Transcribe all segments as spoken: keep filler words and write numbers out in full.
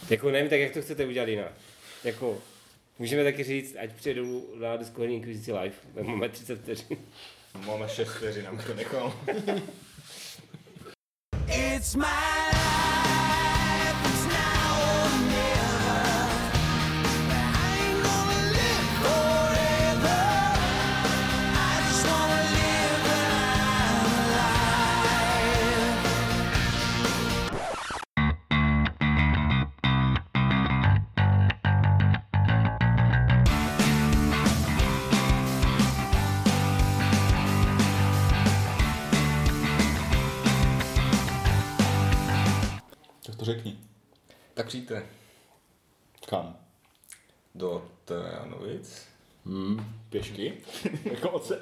Jako nevím, tak jak to chcete udělat jinak. Jako, můžeme taky říct, ať přijedou na Discovery Inquisici live, tak máme třicet vteřin. Máme šest vteřin, nám to nechal. It's my life, it's now or never. I ain't gonna live forever. I just wanna live when I'm alive. Tak to řekni. Tak přijďte Kam? do Trojanovic. Hmm, pěšky? Jako oce.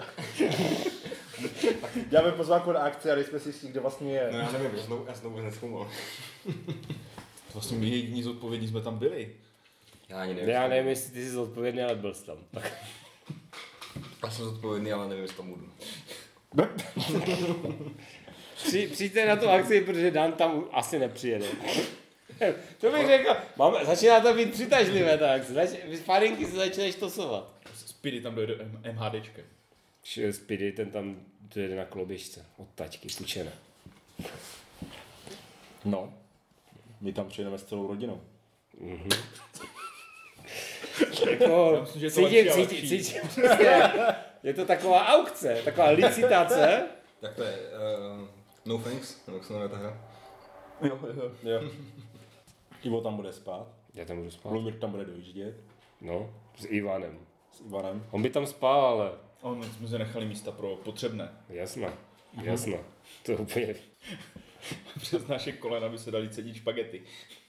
Děláme pozvánku na akci a jsme si jistí, kde vlastně je. No já nevím, já jsem, já jsem to vůbec nezkoumal. Vlastně my jediní zodpovědní jsme tam byli. Já ani nevím. Já nevím, jestli ty jsi zodpovědný, ale byl jsi tam. Já jsem zodpovědný, ale nevím, jestli tam budu. Při, přijďte na tu akci, protože Dan tam asi nepřijede. To bych řekl, máme, začíná to být přitažlivé ta akce. Zač, farinky se začínají štosovat. Speedy tam dojde MHDčkem. Speedy, ten tam jede na koloběžce. Od tačky, půjčené. No. My tam přijedeme s celou rodinou. Jako, myslím, že je to cítím, lepší a cítím, lepší. cítím, prostě, je to taková aukce, taková licitace. Tak to je uh, No Thanks, jak se jmenuje ta hra. Jo, jo. jo. Ivo tam bude spát. Já tam budu spát. Lumír tam bude dojíždět. No, s Ivanem. S Ivanem. On by tam spal, ale On jsme se nechali místa pro potřebné. jasná, jasná. To je úplně... Přes naše kolena by se dali cedit špagety.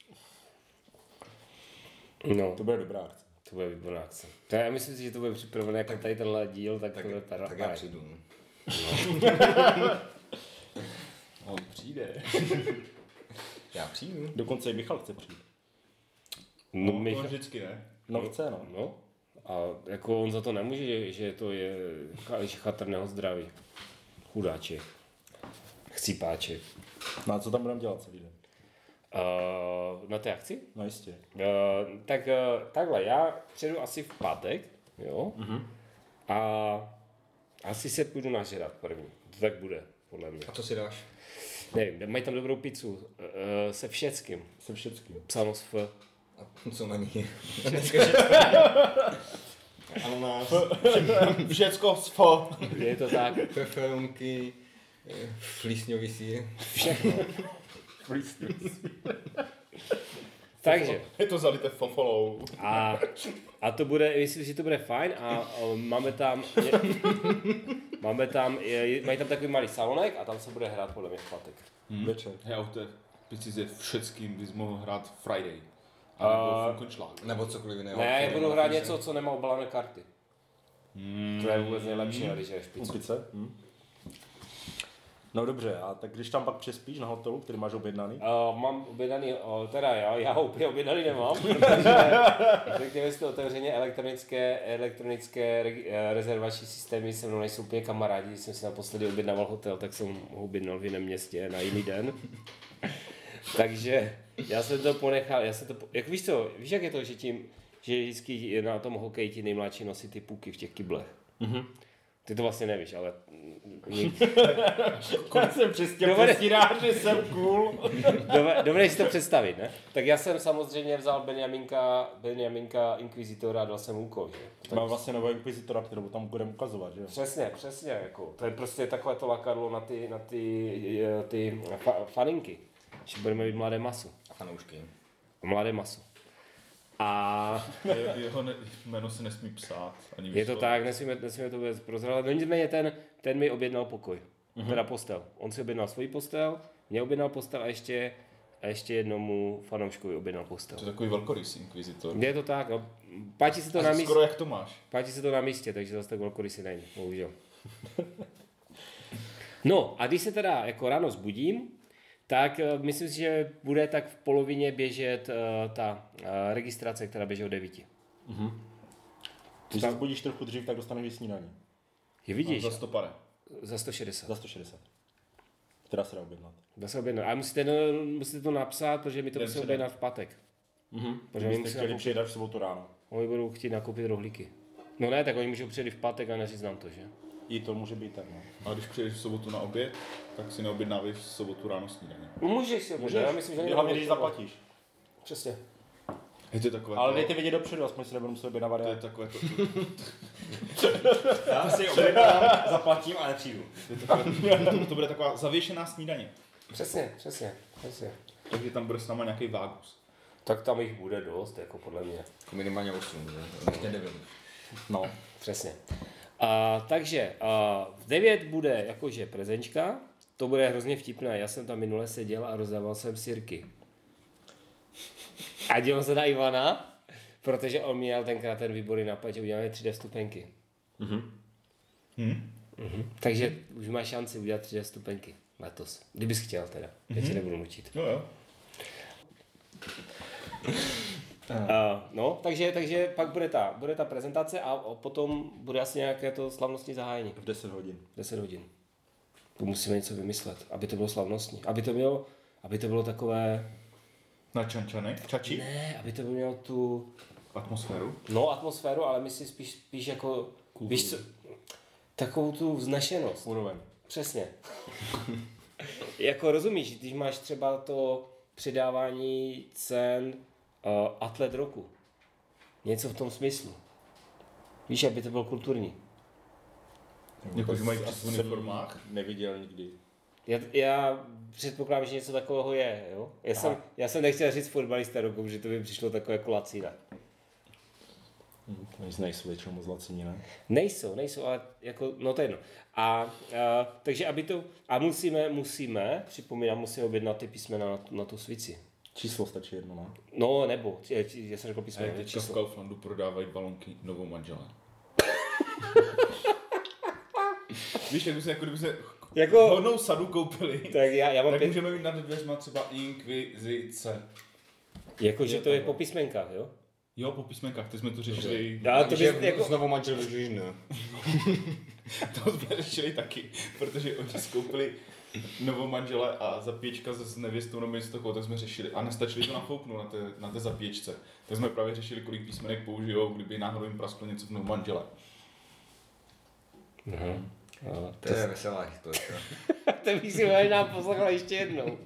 No, To bude dobrá akce. to bude výborná akce. To já myslím si, že to bude připravené jako tady tenhle díl, tak, Tak, to bude para. tak já přijdu. No. On přijde. Já přijdu. Dokonce i Michal chce přijít. No, No, Michal, to vždycky ne. no, chce, no. no. A jako on za to nemůže, že, že to je cha- chatrného zdraví. Chudáček. Chcípáček. No a co tam budeme dělat celý den? Uh, na té akci? No jistě. Uh, tak uh, takhle, já přijedu asi v pátek, jo, uh-huh. a asi se půjdu nažrat první, to tak bude, podle mě. A co si dáš? Nevím, mají tam dobrou pizzu, uh, se všeckým, Se všeckým. psáno s F. A co na ní? Ananas, Všecko s fo. Je to tak? peferonky, flísňový sír. Všechno. Takže, Je to zalité fofolou. a, a to bude, myslím, že to bude fajn a, a máme tam, je, máme tam, je, mají tam takový malý salonek a tam se bude hrát podle mě v pátek. Hmm. Večer. Já u té pici se všeckým bys mohl hrát Friday. A A- nebo Funkonšlák. Nebo cokoliv jiného. Ne, já Který budu má hrát fíze. něco, co nemá obalené karty. Hmm. To je vůbec nejlepší, když jdeš pizzu. Pice? Hm. No dobře, a tak když tam pak přespíš na hotelu, který máš objednaný? Uh, mám objednaný, uh, teda já, já ho úplně objednaný nemám, protože řekněme si to otevřeně, elektronické, elektronické re, rezervační systémy se mnou nejsou úplně kamarádi, když jsem si naposledy objednával hotel, tak jsem ho objednal v jiném městě na jiný den. Takže já jsem to ponechal, já jsem to, jak víš co, víš jak je to, že tím, že vždycky na tom hokeji ti nejmladší nosí ty puky v těch kyblech. Mm-hmm. Ty to vlastně nevíš, ale... Konec jsem přestěl, Dobré. přestíráš, že jsem cool. Dovedeš si to představit, ne? Tak já jsem samozřejmě vzal Benjaminka, Benjaminka Inquisitora a dal jsem úkol, že? Mám vlastně nového inkvizitora, kterou tam budeme ukazovat, že jo? Přesně, přesně, jako. To je prostě takové to lakadlo na ty, na ty, eh, ty fa, faninky. Že budeme mít mladé maso. A fanoušky. Mladé maso. A Je, jeho ne, jméno se nesmí psát. Ani je to vyslovit. tak, nesmíme, nesmíme to vůbec prozradit. No nicméně ten, ten mi objednal pokoj. Uh-huh. Teda postel. On si objednal svůj postel, mě objednal postel a ještě, a ještě jednomu fanouškovi objednal postel. To je takový velkorysý inkvizitor. Je to tak, no. Páči se to na A místě. skoro jak to máš. Páči se to na místě, takže zase tak velkorysý není, bohužel. No a když se teda jako ráno zbudím, tak uh, myslím si, že bude tak v polovině běžet uh, ta uh, registrace, která běží o devíti. Když se zbudíš trochu dřív, tak dostaneš i snídaní. Je vidíš? Za sto pade. Za sto šedesát. Za sto šedesát. Která se dá objednat. Dá se objednat. A musíte, no, musíte to napsat, protože mi to Den musí předem. objednat v pátek. Mhm. Protože Kdybyste oni musí chtěli nakoupit- přijet až v sobotu ráno. Oni budou chtít nakoupit rohlíky. No ne, tak oni můžou přijet i v pátek a neříct nám to, že? I to může být tak, no. A když přijdeš v sobotu na oběd, tak si neobjednávej v sobotu ráno snídaně. Můžeš si objednat, já myslím, že oni Hlavně, budou když potřebovat. zaplatíš. Přesně. Je to takové Ale to, dejte vědět dopředu, aspoň si nebudu muset objednávat to je já. takové to, Já si objednám, zaplatím a nepřijdu. to, je takové, to bude taková zavěšená snídaně. Přesně, přesně, přesně. Takže tam bude s náma nějaký vágus. Tak tam jich bude dost, jako podle mě. Jako minimálně osm, že? Nechně devět. No. Přesně. A, takže a, v devět bude jakože prezenčka, to bude hrozně vtipné. Já jsem tam minule seděl a rozdával jsem sirky. A dělal se na Ivana, protože on měl tenkrát ten výborný nápad, že uděláme tři dé stupenky. Mhm. Hm? Mhm. Takže už máš šanci udělat tři dé stupenky letos. Kdybys chtěl teda, já tě nebudu nutit. No jo. Uh, no, takže, takže pak bude ta, bude ta prezentace a potom bude asi nějaké to slavnostní zahájení. V deset hodin. deset hodin. Tu musíme něco vymyslet, aby to bylo slavnostní. Aby to bylo, aby to bylo takové, Na čančany? Čači? ne, aby to mělo tu, Atmosféru? no atmosféru, ale myslím spíš, spíš jako, víš co, takovou tu vznešenost. Úroveň. Přesně. Jako rozumíš, když máš třeba to předávání cen uh, atlet roku. Něco v tom smyslu. Víš, aby to bylo kulturní. Jako, že mají Asi v jsem uniformách? Neviděl nikdy. Já, já předpokládám, že něco takového je, jo? Já jsem, já jsem nechtěl říct fotbalista roku, že to by přišlo takové jako lacina. Hm, to nic nejsou většinou moc lacení, ne? Nejsou, nejsou, ale jako, no to je jedno. A, a takže aby to, a musíme, musíme, připomínám, musíme objednat ty písmena na, tu- na tu svici. Číslo stačí jedno, ne? No, nebo, já, já jsem řekl A písmeno, jak to je teďka v číslo. Kauflandu prodávají balonky novou manželé. Víš, jak by se, jako kdyby se Jako- hodnou sadu koupili, Tak já, já mám tak pět, můžeme mít nad dveřma třeba inkvizice. jakože to je po písmenkách, jo? Jo, po písmenkách, ty jsme to řešili, Já to Takže bys, jako, znovu manžel vyžíš, ne? to jsme řešili taky, protože oni skoupili novou manžele a zapíječka s nevěstou nebo něco takového, tak jsme řešili a nestačili to nafouknout na té, na té zapíječce. Tak jsme právě řešili, kolik písmenek použijou, kdyby náhodou jim prasklo něco v novou manžele. To je veselá historka. to bych si možná poslechla ještě jednou.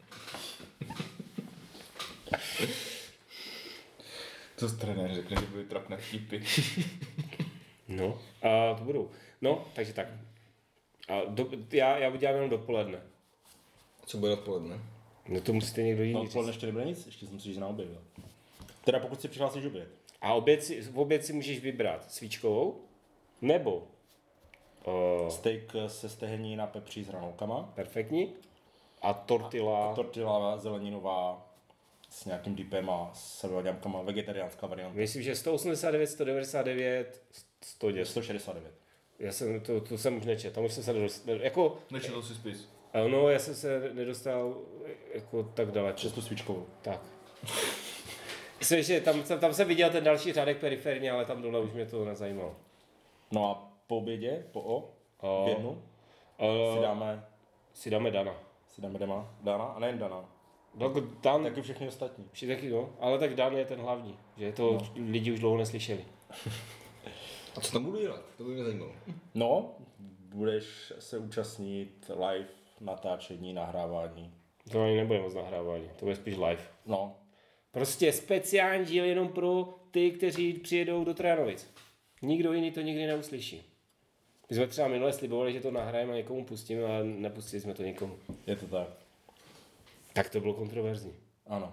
Co trenér řekne, že byly trapné vtipy. No, a to budou. No, takže tak. A do, já, já udělám jenom dopoledne. Co bude odpoledne? No to musíte někdo No, jiný odpoledne říct. ještě nebude nic, ještě jsem si říct na oběd. jo. Teda pokud si přihlásíš oběd. A oběd si, v oběd si můžeš vybrat svíčkovou, nebo uh, Steak se stehení na pepří s hranolkama. perfektní a tortilla. Tortilla zeleninová s nějakým dipem a s samoďámkama, vegetariánská varianta. Myslím, že sto osmdesát devět, sto devadesát devět, sto devět. sto šedesát devět. Já jsem, to, to jsem už nečetl, tam už jsem se nedostal, jako, Nečetl si spis. no, já jsem se nedostal jako tak daleko. Přes tu svíčkovou. Tak. Myslím, že tam, tam, tam jsem viděl ten další řádek periferně, ale tam dole už mě to nezajímalo. No a po obědě, po o, O, v jednu, o, si dáme, si dáme Dana. si dáme dema, Dana, a nejen Dana, No, Dan, taky všechny ostatní. Všichni taky, no, ale tak Dan je ten hlavní, že to no. lidi už dlouho neslyšeli. A co tam budu dělat? To by mě zajímalo. No, budeš se účastnit live natáčení, nahrávání. To ani nebude moc nahrávání, to bude spíš live. No, Prostě speciální díl jenom pro ty, kteří přijedou do Trojanovic. Nikdo jiný to nikdy neuslyší. My jsme třeba minule slibovali, že to nahrajeme a někomu pustíme, ale nepustili jsme to někomu. je to tak. Tak to bylo kontroverzní. Ano.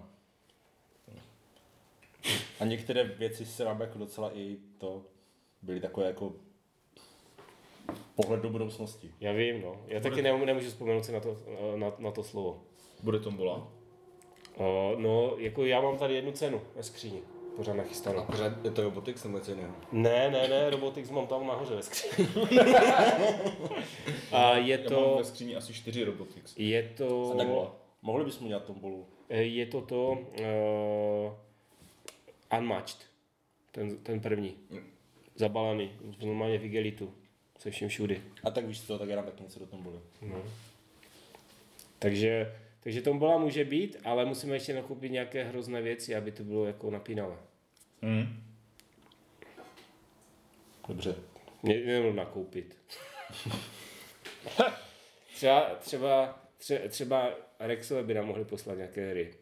A některé věci se nám jako docela i to byly takové jako pohled do budoucnosti. Já vím, no. Já taky nemůžu, nemůžu vzpomenout si na to, na, na to slovo. Bude tombola? O, no, jako já mám tady jednu cenu ve skříni. Pořád A nachystanou. pořád je to Robotics nebo něco jiného? Ne, ne, ne, Robotics mám tam nahoře ve skříni. A je Já mám to, ve skříni asi čtyři Robotics. je to, Mohli bychom udělat tombolu. je to to uh, Unmatched. Ten, ten první. Zabalený. Normálně v igelitu. Se vším všudy. A tak víš co, tak já dám taky něco do tomboly. No. Takže, Takže tombola může být, ale musíme ještě nakoupit nějaké hrozné věci, aby to bylo jako napínavé. Hmm. Dobře. Mě jenom nakoupit. třeba, třeba, tře, třeba Rexové by nám mohli poslat nějaké hry.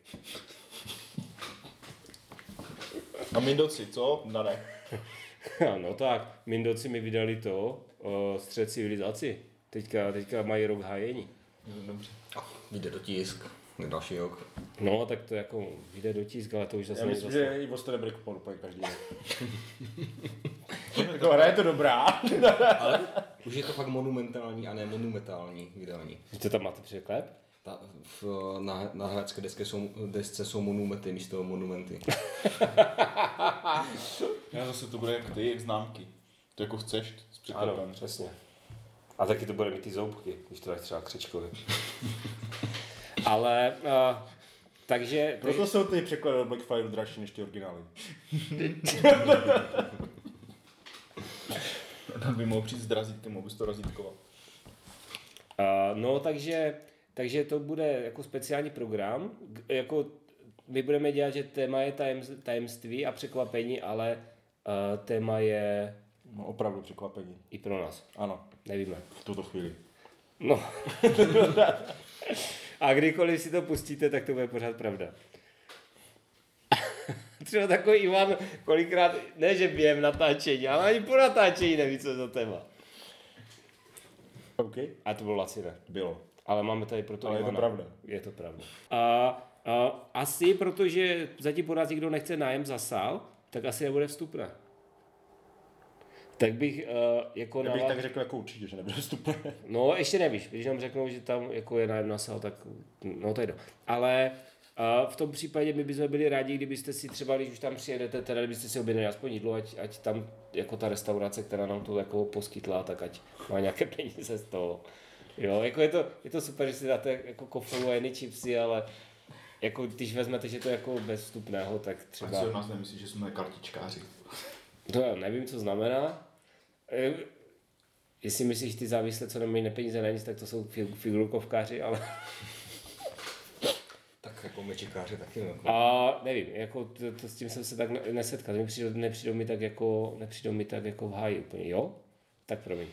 A Mindoci, co? No ne. No tak, Mindoci mi vydali to, o, Střed civilizaci. Teďka, teďka mají rok hájení. Dobře. Vyjde do tisk, na další rok. No, tak to jako vyjde do tisk, ale to už zase Já není myslím, zase. že i Vostra Break úplně každý rok. Jako hra je to dobrá. Ale už je to fakt monumentální a ne monumentální vydání. Že to tam máte překlep? Ta, v, na, na hráčské desce jsou, desce jsou monumenty místo monumenty. Já zase to bude jak ty, jak známky. To jako chceš s překlepem. Ano, přesně. A taky to bude mít ty zoubky, když to tak třeba křečkovi. Ale, uh, takže... Proto jsou ty překlady do Blackfire dražší než ty originály. Tam by mohl přijít s razítkem, mohl bys to razítkovat. Uh, no, takže, takže to bude jako speciální program. G- jako my budeme dělat, že téma je tajem, tajemství a překvapení, ale uh, téma je No, opravdu překvapení. i pro nás. Ano, Nevíme. v tuto chvíli. No. A kdykoliv si to pustíte, tak to bude pořád pravda. Třeba takový Ivan kolikrát, ne že během natáčení, ale ani po natáčení neví, co je za téma. OK. A to bylo laciné. Bylo. Ale máme tady proto Ale je to Ivana. pravda. Je to pravda. A, a, asi, protože zatím po nás nikdo nechce nájem za sál, tak asi nebude vstupné. Tak bych uh, jako Já bych navá- tak řekl jako určitě, že nebude vstupné. No, ještě nevíš, když nám řeknou, že tam jako je nájem na sál, tak no to je do. Ale uh, v tom případě my bychom byli rádi, kdybyste si třeba, když už tam přijedete, teda kdybyste si objednali aspoň jídlo, ať, ať tam jako ta restaurace, která nám to jako poskytla, tak ať má nějaké peníze z toho. Jo, jako je to, je to super, že si dáte jako kofolu a jedny chipsy, ale jako když vezmete, že to je jako bez vstupného, tak A třeba... si od nás nemyslíš, že jsme kartičkáři. To já nevím, co znamená. E, jestli myslíš ty závislé, co nemají peníze na nic, tak to jsou fi- figurkovkáři, ale... Tak jako mečikáři taky. Jako. A nevím, jako to, to, s tím jsem se tak ne- nesetkal, nepřijdou, nepřijdou mi tak jako, nepřijdou mi tak jako v háji úplně, jo? Tak promiň.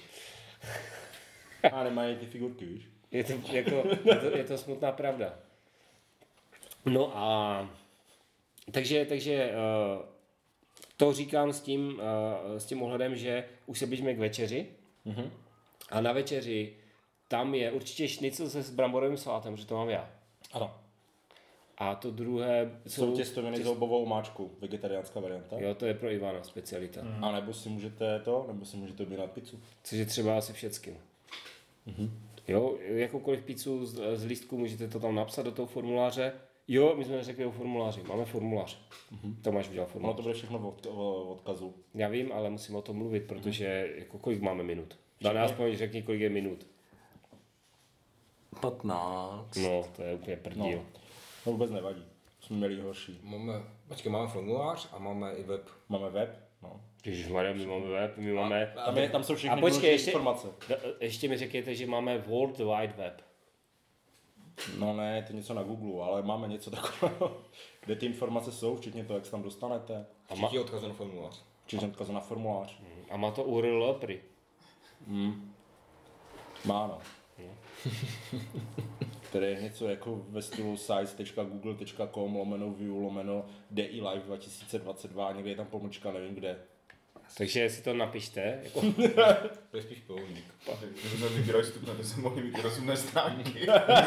A nemají ty figurky, víš? Je to, jako, je to, je to smutná pravda. No a takže, takže uh, to říkám s tím, uh, s tím ohledem, že už se blížíme k večeři Mhm. a na večeři tam je určitě šnicl se s bramborovým salátem, že to mám já. Ano. A to druhé Jsou těstoviny s houbovou máčkou, vegetariánská varianta. Jo, to je pro Ivana specialita. Mm. A nebo si můžete to, nebo si můžete objednat pizzu. Což je třeba asi všeckým. Mm-hmm. Jo, jakoukoliv pizzu z, z lístku můžete to tam napsat do toho formuláře. Jo, my jsme neřekli o formuláři, máme formulář. Mm-hmm. To máš udělat Ono formulář. to bude všechno v od, v odkazu. Já vím, ale musím o tom mluvit, protože jako kolik máme minut? Dané aspoň řekni, kolik je minut. patnáct. No, to je úplně prdíl. No. To vůbec nevadí. Jsme měli horší. Máme, počkej, máme formulář a máme i web. Máme web. No. Ježišmarja, my máme web, my máme... Tam, je, tam jsou všechny A počkej, důležité ještě, informace. da- ještě mi řekněte, že máme World Wide Web. No ne, to je něco na Google, ale máme něco takového, kde ty informace jsou, včetně toho, jak se tam dostanete, A má, Všichni odkazy na formulář. včetně odkazu na formulář. a má to U R L prý. Má, no. Které je něco jako ve stylu sites tečka google tečka com lomeno view lomeno D I Live dva tisíce dvacet dva, někde je tam pomlčka, nevím kde. Takže si to napište. Jako, To je spíš pohodník. Kdyby jsme vybírali vstup, to se mohli mít rozumné stránky.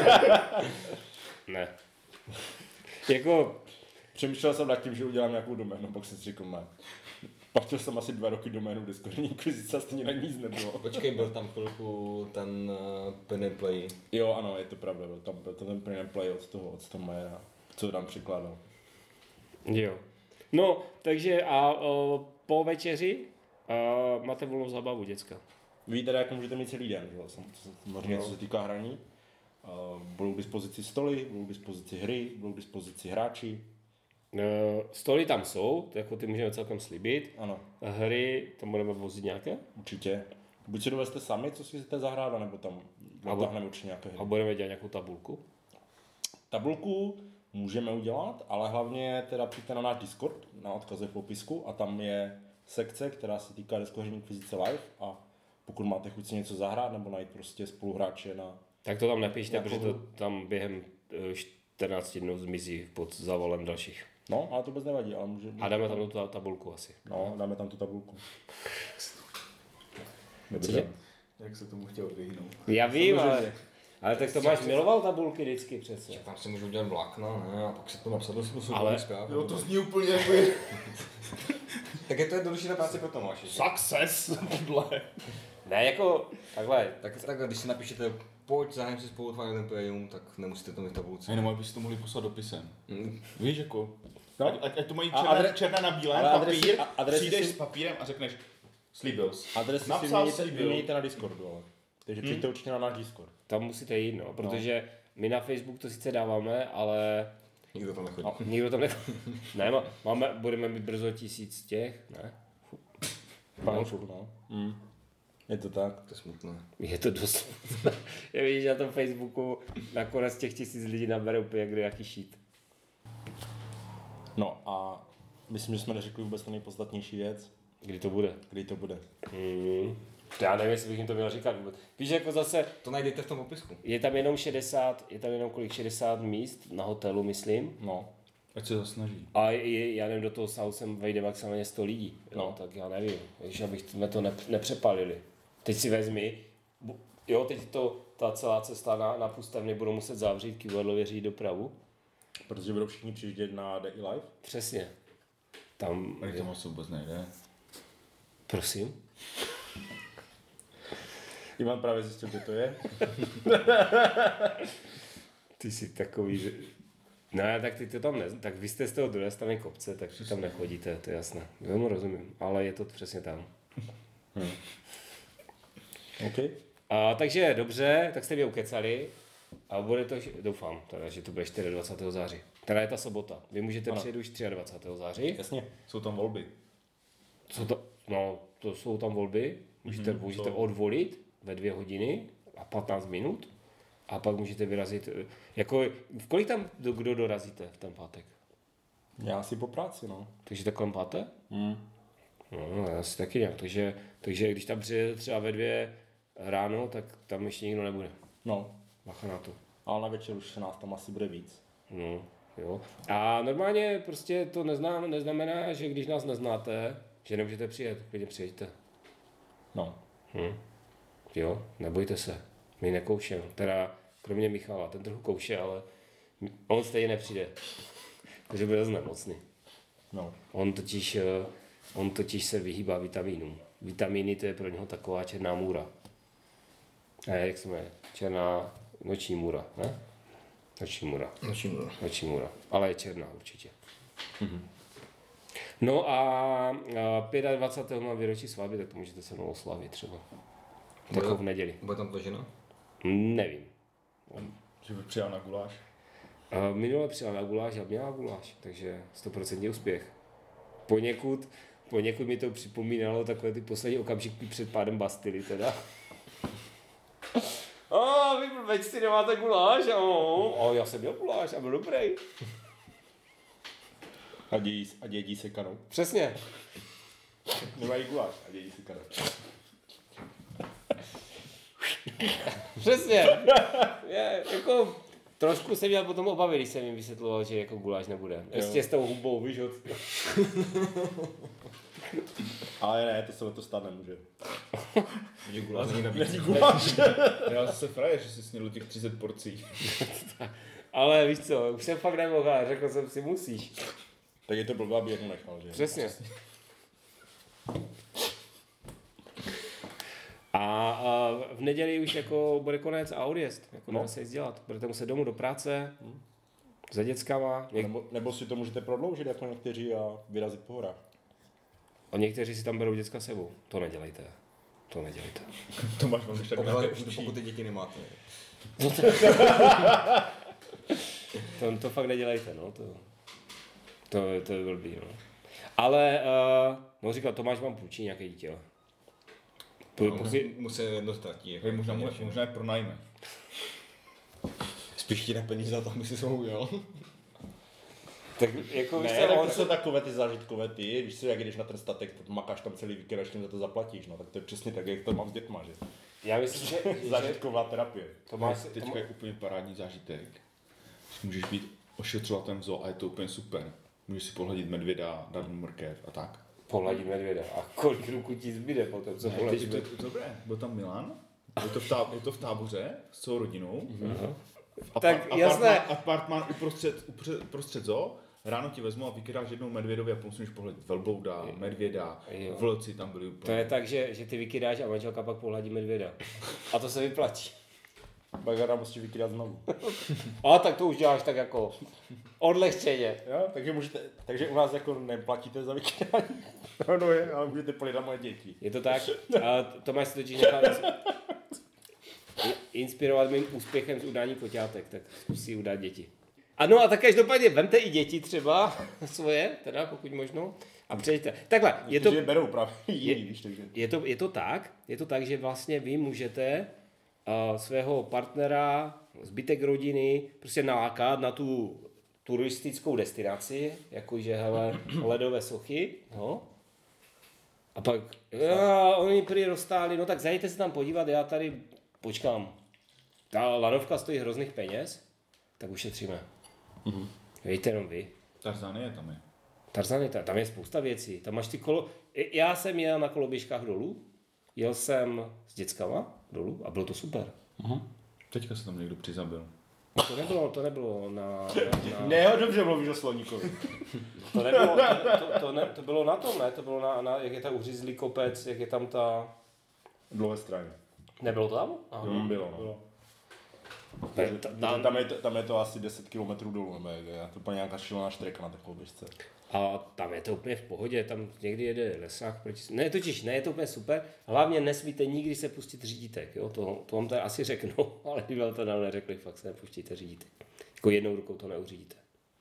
ne. Jako, Přemýšlel jsem nad tím, že udělám nějakou doménu, pak jsem si řekl, ne. Platil jsem asi dva roky doménu Discordní inkvizice a stejně na ní nic nebylo. Počkej, byl tam chvilku ten uh, pen and play. Jo, ano, je to pravda, byl tam, byl tam ten print and play od toho, od toho Majera, co tam překládal. jo. No, takže a o, po večeři a, máte volnou zábavu, děcka. Vy teda jako můžete mít celý den, že jo, samozřejmě co se týká hraní. Uh, budou k dispozici stoly, budou k dispozici hry, budou k dispozici hráči. E, stoly tam jsou, to jako ty můžeme celkem slibit. Ano, Hry, tam budeme vozit nějaké. určitě. Buď si dovezte sami, co si chcete zahrát, nebo tam dotáhneme určitě nějaké A hry. budeme dělat nějakou tabulku. tabulku můžeme udělat, ale hlavně teda přijďte na náš Discord, na odkaze v popisku a tam je sekce, která se týká deskohraní k fyzice live a pokud máte chuť si něco zahrát nebo najít prostě spoluhráče na... Tak to tam nepište, Jako- protože to tam během eh, čtrnáct dnů zmizí pod zavolem dalších. No, ale to vůbec nevadí, ale může... A dáme tam tu ta- tabulku asi. No, dáme tam tu tabulku. Dobře. Jak se tomu chtěl vyhnout. Já vím, Samozřejmě. ale, ale tak to máš miloval tabulky vždycky přece. Tam si můžu udělat vlákna, ne? A pak si to napsat do způsobu Ale- zpráv. Jo, to zní úplně jako Tak je to jednodušší na práci pro Tomáše. že? success, podle. Ne, jako takhle. Tak, tak když si napíšete, pojď zahrajeme si spolu Fire Imperium, tak nemusíte to mít v tabulce. Jenom abyste to mohli poslat dopisem. Hmm. Víš, jako... No. Ať, ať, ať to mají A černá, adre- černá na bílém, ale papír, adresy- a- adresy přijdeš si- s papírem a řekneš, slíbil jsi. Adresy si Napsal vyměníte, slíbil. vyměníte na Discordu, ale. Takže přijďte určitě na náš Discord. Tam musíte jít, no, protože my na Facebook to sice dáváme, ale Nikdo tam nechodí. nikdo tam ne... ne, má- máme, budeme mít brzo tisíc těch, ne? Fanoušků, no. Mm. Je to tak. To je smutné. Je to dost. Já vidíš, že na tom Facebooku nakonec těch tisíc lidí nabere úplně kdo jaký šít. No a myslím, že jsme neřekli vůbec to nejpodstatnější věc, Kdy to bude? kdy to bude. Mm. To já nevím, jestli bych jim to měl říkat vůbec. Víš, jako zase, To najdete v tom popisku. je tam jenom šedesát, je tam jenom kolik, šedesát míst na hotelu, myslím. No. Ať se zasnaží. A je, já nevím, do toho sálu sem vejde maximálně sto lidí. No, No. tak já nevím, takže abych jsme to ne, nepřepalili. Teď si vezmi, bu- jo, teď to, ta celá cesta na, na pustevny budou muset zavřít, kývadlově řídit dopravu. Protože budou všichni přijíždět na D I Live. Přesně. Tam, Tady to moc vůbec nejde. prosím. Ivan právě zjistil, kde to je. Ty jsi takový, že... No, tak ty to tam ne, tak vy jste z toho druhé strany kopce, tak ty tam nechodíte, to je jasné. Já mu rozumím, ale je to přesně tam. OK. A, takže dobře, tak jste mě ukecali a bude to, doufám, teda, že to bude dvacátého čtvrtého září. Teda je ta sobota. Vy můžete Ano. přijet už dvacátého třetího září. Jasně. Jsou tam volby. Co to, no, to jsou tam volby, můžete, Mhm, můžete to- odvolit ve dvě hodiny a patnáct minut a pak můžete vyrazit, jako, v kolik tam do, kdo dorazíte v ten pátek? Já si po práci, no. Takže takhle páté? Mm. No, já si taky nějak, takže, takže když tam přijede třeba ve dvě ráno, tak tam ještě nikdo nebude. No. Bacha na to. Ale na večer už se nás tam asi bude víc. No, jo. A normálně prostě to neznám, neznamená, že když nás neznáte, že nemůžete přijet, klidně přijďte. No. Hm. Jo, nebojte se, my nekoušeme, teda kromě Michala, ten trochu kouše, ale on stejně nepřijde, takže bude dost nemocný. No. On totiž, eh, on totiž se vyhýbá vitamínům. Vitamíny to je pro něho taková černá můra. Ne, jak se jmenuje? Černá noční můra, ne? Noční můra. Noční můra. Noční můra. Ale je černá určitě. No a, a dvacátého pátého má výročí svatby, tak to můžete se mnou oslavit třeba. Takovou v neděli. Bude tam ta žena? Nevím. Že by přijal na guláš. A minule přijela na guláš a měla guláš, takže stoprocentní úspěch. Poněkud, poněkud mi to připomínalo takové ty poslední okamžiky před pádem Bastily teda. A vy veď si nemáte guláš? A já jsem měl guláš a byl dobrý. A dějí, a dědí se kanou. Přesně. Nemají guláš a dědí se kanou. Přesně. Je, jako, trošku jsem měl potom obavy, když jsem jim vysvětloval, že jako guláš nebude. Prostě s tou hubou, víš, od... Ale ne, to se letos stát nemůže. Že guláš není nabídce. Guláš. Já zase frajer, že si snědl těch třicet porcí. Ale víš co, už jsem fakt nemohl, a řekl jsem si musíš. Tak je to blbá, aby jednu nechal, že? Přesně. A, a v neděli už jako bude konec a odjezd, jako No. no. se nic dělat. Budete muset domů do práce, za dětskama, něk- Nebo, nebo si to můžete prodloužit jako někteří a vyrazit po horách. a někteří si tam berou děcka sebou. To nedělejte. To nedělejte. To máš vám ještě Ale nějaké pokud učí. ty děti nemáte. To, to fakt nedělejte, no. To, to, to je blbý, no. Ale, uh, no říkal, Tomáš vám půjčí nějaké dítě. Po, No, poky, musí jedno ztratí. Jako Hej, možná, možná je pronajme. Spíš ti na peníze za to, aby si ho ujel. Tak jako víš Ne, co, tak on to se- jsou takové ty zážitkové ty, víš co, jak jdeš na ten statek, tak makáš tam celý víkend, až tím za to zaplatíš, no tak to je přesně tak, jak to mám s dětma, že? já myslím, že, že Zážitková terapie. to máš, to Teďka má, je úplně parádní zážitek. Že můžeš být ošetřovatelem v zoo a je to úplně super. Můžeš si pohladit medvěda, dát mu mrkev a tak. pohladí medvěda. A kolik ruků ti zbyde potom, co pohladí Teď medvěda? to, to, dobré, byl tam Milan, byl to v, tá, byl to v táboře s celou rodinou. A Tak jasné. Apartmán uprostřed, uprostřed, uprostřed zoo, ráno ti vezmu a vykydáš jednou medvědovi a musíš pohledit velblouda, medvěda, Jo. vlci tam byli úplně. To je tak, že, že ty vykydáš a manželka pak pohladí medvěda. A to se vyplatí. Bagara musíš vykydat znovu. A tak to už děláš tak jako odlehčeně. Jo, takže můžete, takže u nás jako neplatíte za vykydání. No, no je, ale můžete polit na moje děti. Je to tak? A Tomáš se totiž nechal inspirovat mým úspěchem z udání koťátek, tak zkusí udát děti. Ano a tak každopádně vemte i děti třeba svoje, teda pokud možno, a přejďte. Takhle, je to, Protože je berou právě jiný, je- víš, takže. je to, je to tak, je to tak, že vlastně vy můžete uh, svého partnera, zbytek rodiny prostě nalákat na tu turistickou destinaci, jakože hele, ledové sochy, no. A pak, já, oni prý roztáli, no tak zajděte se tam podívat, já tady počkám. Ta lanovka stojí hrozných peněz, tak ušetříme. Mm-hmm. Víte jenom vy. Tarzanie tam je. Tarzan je ta- tam je spousta věcí. Tam máš ty kolo... I- Já jsem jel na koloběžkách dolů, jel jsem s dětskama dolů a bylo to super. Teďka se tam někdo přizabil. To nebylo, to nebylo na... na, na Ne, dobře mluvíš o sloníkovi. to, nebylo, to, to, to, ne, to bylo na tom, ne? To bylo na, na jak je tam uřízlý kopec, jak je tam ta... Dlouhé straně. Nebylo to tam? Aha. Hmm, bylo, no. Ne, ta- Tam, tam, je to, tam je to asi deset kilometrů dolů, nebo jak je. To je úplně nějaká šílená štreka na takovou běžce. A tam je to úplně v pohodě, tam někdy jede lesák proti... Ne, totiž ne, je to úplně super. Hlavně nesmíte nikdy se pustit řídítek, jo? To, to vám tady asi řeknu, ale kdyby vám to nám neřekli, fakt se nepustíte řídítek. Jako jednou rukou to neuřídíte.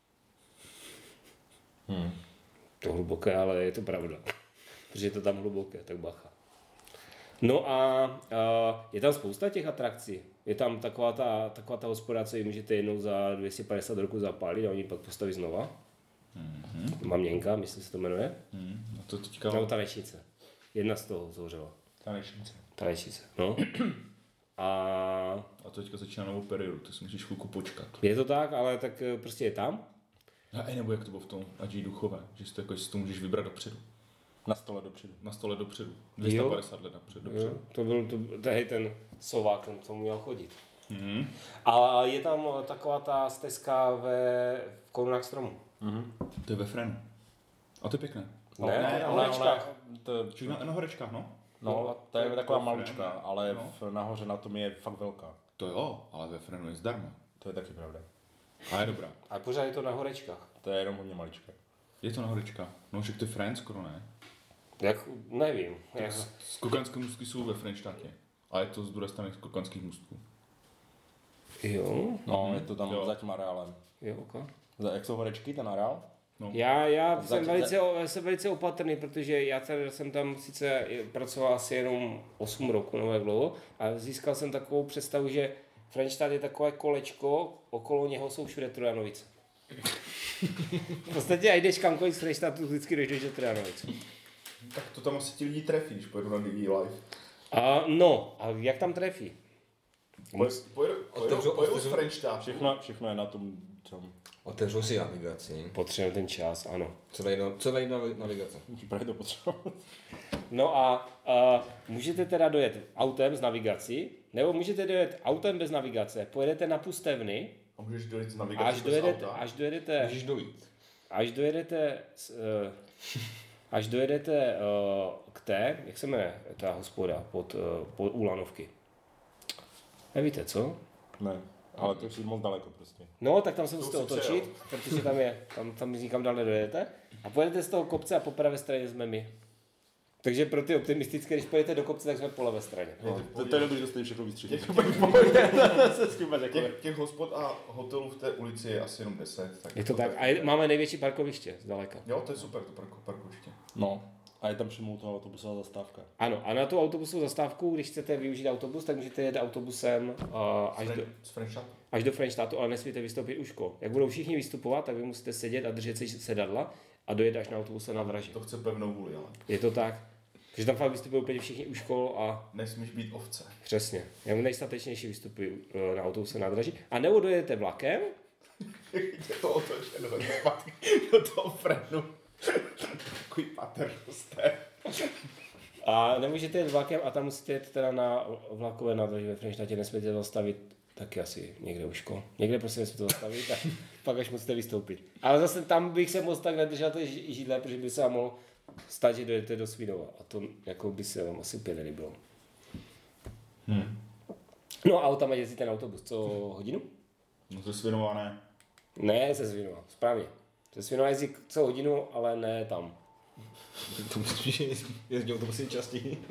Hmm. To hluboké, ale je to pravda. Protože je to tam hluboké, tak bacha. No a, a je tam spousta těch atrakcí. Je tam taková ta, taková ta hospoda, co ji můžete jednou za dvě stě padesát roku zapálit a oni pak postaví znova. Mm-hmm. Maměnka, myslím se to jmenuje. Hmm. A to teďka... Nebo tanečnice. Jedna z toho zhořela. Tanečnice. Tanečnice, no. A A to teďka začíná novou periodu, to si musíš chvilku počkat. je to tak, ale tak eh, prostě je tam. A i nebo jak to bylo v tom Adži Duchové, že si to, jako, že si to můžeš vybrat dopředu. Na stole dopředu. Na stole dopředu. dvě stě padesát let dopředu. Jo, to byl to, tady ten sovák, ten to měl chodit. Mm-hmm. A je tam taková ta stezka ve v korunách stromu. To je ve Frenu. A to je pěkné. Ne, ne, ne, na ona, horečkách. To, Čiže na, na horečkách, no? no, to je taková to- malučka, ale no. v, nahoře na tom je fakt velká. To jo, ale ve Frenu je zdarma. To je taky pravda. A je dobrá. a pořád je to na horečkách. To je jenom hodně malička. Je to na horečkách. No, že to je Fren skoro, ne? Jak, nevím. Jak, Skokanské můstky jsou ve Frenštátě. A je to z druhé strany skokanských můstků. jo, No, je to tam Jo. za tím areálem. jo, okay. Za, jak jsou horečky, ten areál? Já, já Za- jsem, velice, jsem velice opatrný, protože já tady jsem tam sice pracoval asi jenom osm roku, nebo jak dlouho, a získal jsem takovou představu, že Frenštát je takové kolečko, okolo něho jsou všude Trojanovice. V podstatě, a jdeš kamkoliv z Frenštátu, vždycky dojdeš do Trojanovic. Tak to tam asi ti lidi trefí, když pojedu na D V Live. A no, a jak tam trefí? Pojedu, pojedu, pojedu, Otevřu- pojedu z otevřu- Frenštátu. Všechno, všechno je na tom, tom. Otevřu si navigaci. Potřebujeme ten čas, ano. Co dají, na, co dají na navigace? Právě to potřeba. No a, a můžete teda dojet autem s navigací, nebo můžete dojet autem bez navigace. Pojedete na Pustevny, A můžeš dojít z navigace až bez dojedete, auta. až dojedete, Můžeš dojít. až dojedete, s, eh, až dojedete eh, k té, jak se jmenuje ta hospoda pod, eh, pod Úlanovky. Nevíte, co? Ne, ale to už je moc daleko prostě. No, tak tam se To musíte už si otočit, přejel. protože tam je, tam, tam nikam dál nedojedete. A pojedete z toho kopce a po pravé straně jsme my. Takže pro ty optimistické, když pojedete do kopce, tak jsme po levé straně. No, to, to je dobrý, že jste všechno vystřídit. Těch, se s tím řekl. těch, těch hospod a hotelů v té ulici je asi jenom deset. Tak Je to tak. A je, máme největší parkoviště zdaleka. Jo, to je super, to parko, parkoviště. No. A je tam přímo u toho autobusová zastávka. Ano, a na tu autobusovou zastávku, když chcete využít autobus, tak můžete jet autobusem uh, až, do, Z Frenštatu. až do Frenštatu, ale nesmíte vystoupit u škol. Jak budou všichni vystupovat, tak vy musíte sedět a držet si sedadla a dojet až na autobuse na Draži. To chce pevnou vůli, ale Je to tak. Takže tam fakt vystupují úplně všichni u škol a nesmíš být ovce. přesně. Já nejstatečnější vystupuji uh, na autobuse na Draži. A nebo dojedete vlakem, Je to otočeno, zpátky do toho frenu. Takový paternosté. a nemůžete jet vlakem a tam musíte jet teda na vlakové nádraží ve Frenštátě, nesmíte zastavit taky asi někde u škol. Někde prostě nesmíte zastavit a pak až musíte vystoupit. Ale zase tam bych se moc tak nedržel té ži- židle, protože by se vám mohlo stát, že dojedete do Svinova. A to jako by se vám asi úplně nelíbilo. Hmm. No a tam jezdíte na autobus, co hodinu? No to svinované. Ne, ze Svinova, správně. Ze Svinova jezdí co hodinu, ale ne tam. To musíš jezdit autobusy častěji.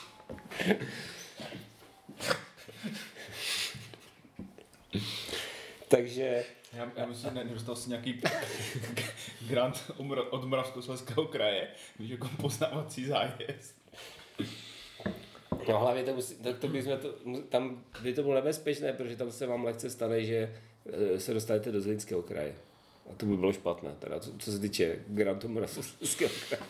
Takže Já, já myslím, že nedostal si nějaký grant od Moravskoslezského kraje, víš, jako poznávací zájezd. no, hlavně to, musí, tak to bychom to, tam by to bylo nebezpečné, protože tam se vám lehce stane, že eh, se dostanete do Zlínského kraje. A to by bylo špatné, teda, co, co se týče grantu Moravskoslezského kraje.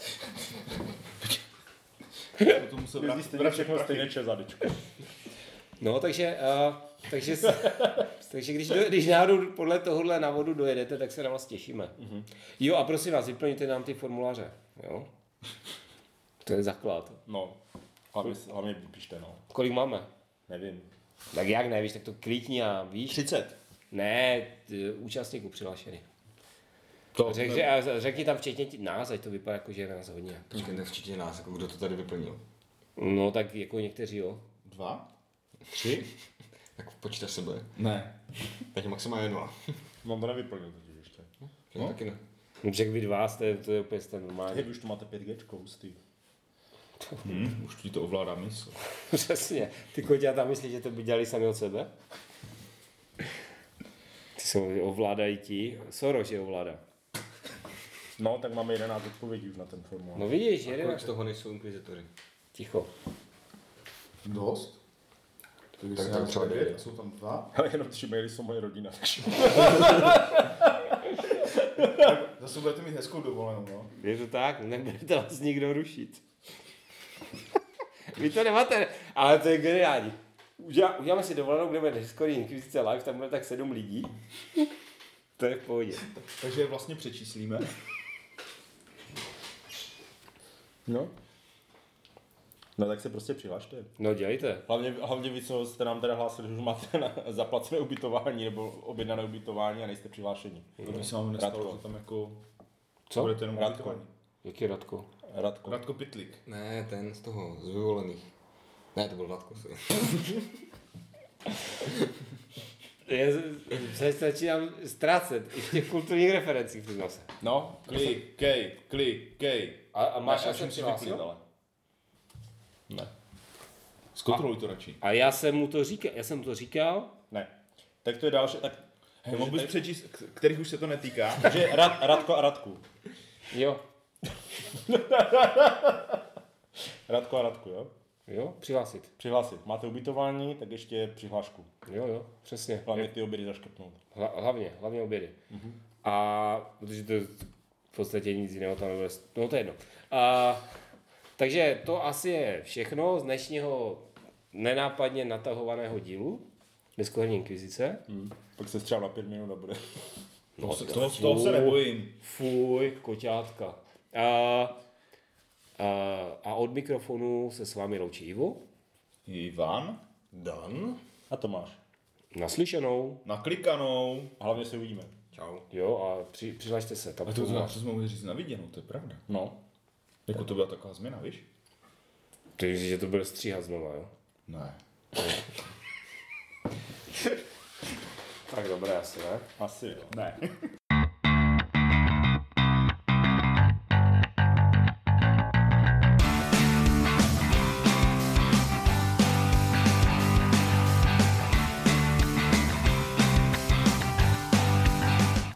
To musel Jezdí vrát, stejně vrát všechno prachy. stejně čezadičko. No, takže, uh, takže, s- takže když, do, když náhodou podle tohohle návodu dojedete, tak se na vás těšíme. Mm-hmm. Jo, a prosím vás, vyplňte nám ty formuláře, jo? To je základ. No, hlavně, hlavně píšte, no. Kolik máme? Nevím. Tak jak nevíš, tak to klíkni a víš? třicet. Ne, t- účastníků přihlášený. To, Řek, ne, a řekni tam včetně tí- nás, ať to vypadá jako, že je nás hodně. Počkej, tak včetně nás, jako kdo to tady vyplnil. No tak jako někteří jo. dva? Tři? Tak počítáš sebe. Ne. Tak je maximálně nula. Mám to nevyplnil totiž ještě. No. Taky ne. No řekl vy dva, to je, to je úplně jste normální. Hej, vy už tu máte pět G, hustý. Hm, už ti to ovládá mysl. Přesně. Ty koťata myslíš, že to by dělali sami od sebe? Ty jsou ovládají ti. Soros je ovládá. No, tak máme jedenáct odpovědí už na ten formulář. No vidíš, Kolik jeden. z toho nejsou inkvizitory? Ticho. Dost? Tak, Tak tam třeba devět. jsou tam dva. Ale jenom tři maily jsou moje rodina. Zase budete mít hezkou dovolenou, no. Je to tak? Nebudete vás nikdo rušit. Vy to nemáte, ale to je geniální. Udělá, uděláme si dovolenou, kde bude Discord Inkvizice live, tam bude tak sedm lidí. To je v pohodě. Takže je vlastně přečíslíme. No. No tak se prostě přihlašte. No dělejte. Hlavně, hlavně vy, co jste nám teda hlásili, že už máte na zaplacené ubytování nebo objednané ubytování a nejste přihlášeni. To by se vám nestalo, Radko. že tam jako Co? budete jenom Radko. ubytovaní. Jaký Radko? Radko. Radko Pytlík. Ne, ten z toho, z vyvolených. Ne, to byl Vladko. si. Já se začínám ztrácet i v těch kulturních referencích, přiznám se. No, Klikej, klikej. A, a máš Ne, já až jsem musíš vyklid, přihlásil? ale. Ne. Zkontroluj to radši. A já jsem mu to říkal, já jsem mu to říkal, ne. Tak to je další, tak... Hej, mohl bys přečíst, k- kterých už se to netýká. Takže Rad, Radko a Radku. jo, Radko a Radku, jo? jo, přihlásit. Přihlásit. Máte ubytování, tak ještě přihlášku. Jo, jo, přesně. Hlavně ty obědy zaškrtnout. Hla, hlavně, hlavně obědy. Mm-hmm. A protože to v podstatě nic jiného tam nebude. No to je jedno. A, takže to asi je všechno z dnešního nenápadně natahovaného dílu Deskoherní inkvizice. Hmm. Pak se třeba na pět minut a bude. No, Z toho, z toho se nebojím. Fuj, koťátka. A, a, a od mikrofonu se s vámi loučí Ivo. Ivan, Dan. A Tomáš. Naslyšenou. naklikanou. A hlavně se uvidíme. Čau. Jo, a při, přihlašte se. Tam A to jsme, to jsme mohli říct na viděnou, to je pravda. No. Jako to byla taková změna, víš? Takže že to bude stříhat znova, jo? Ne. Tak dobré asi, ne? Asi jo. Ne.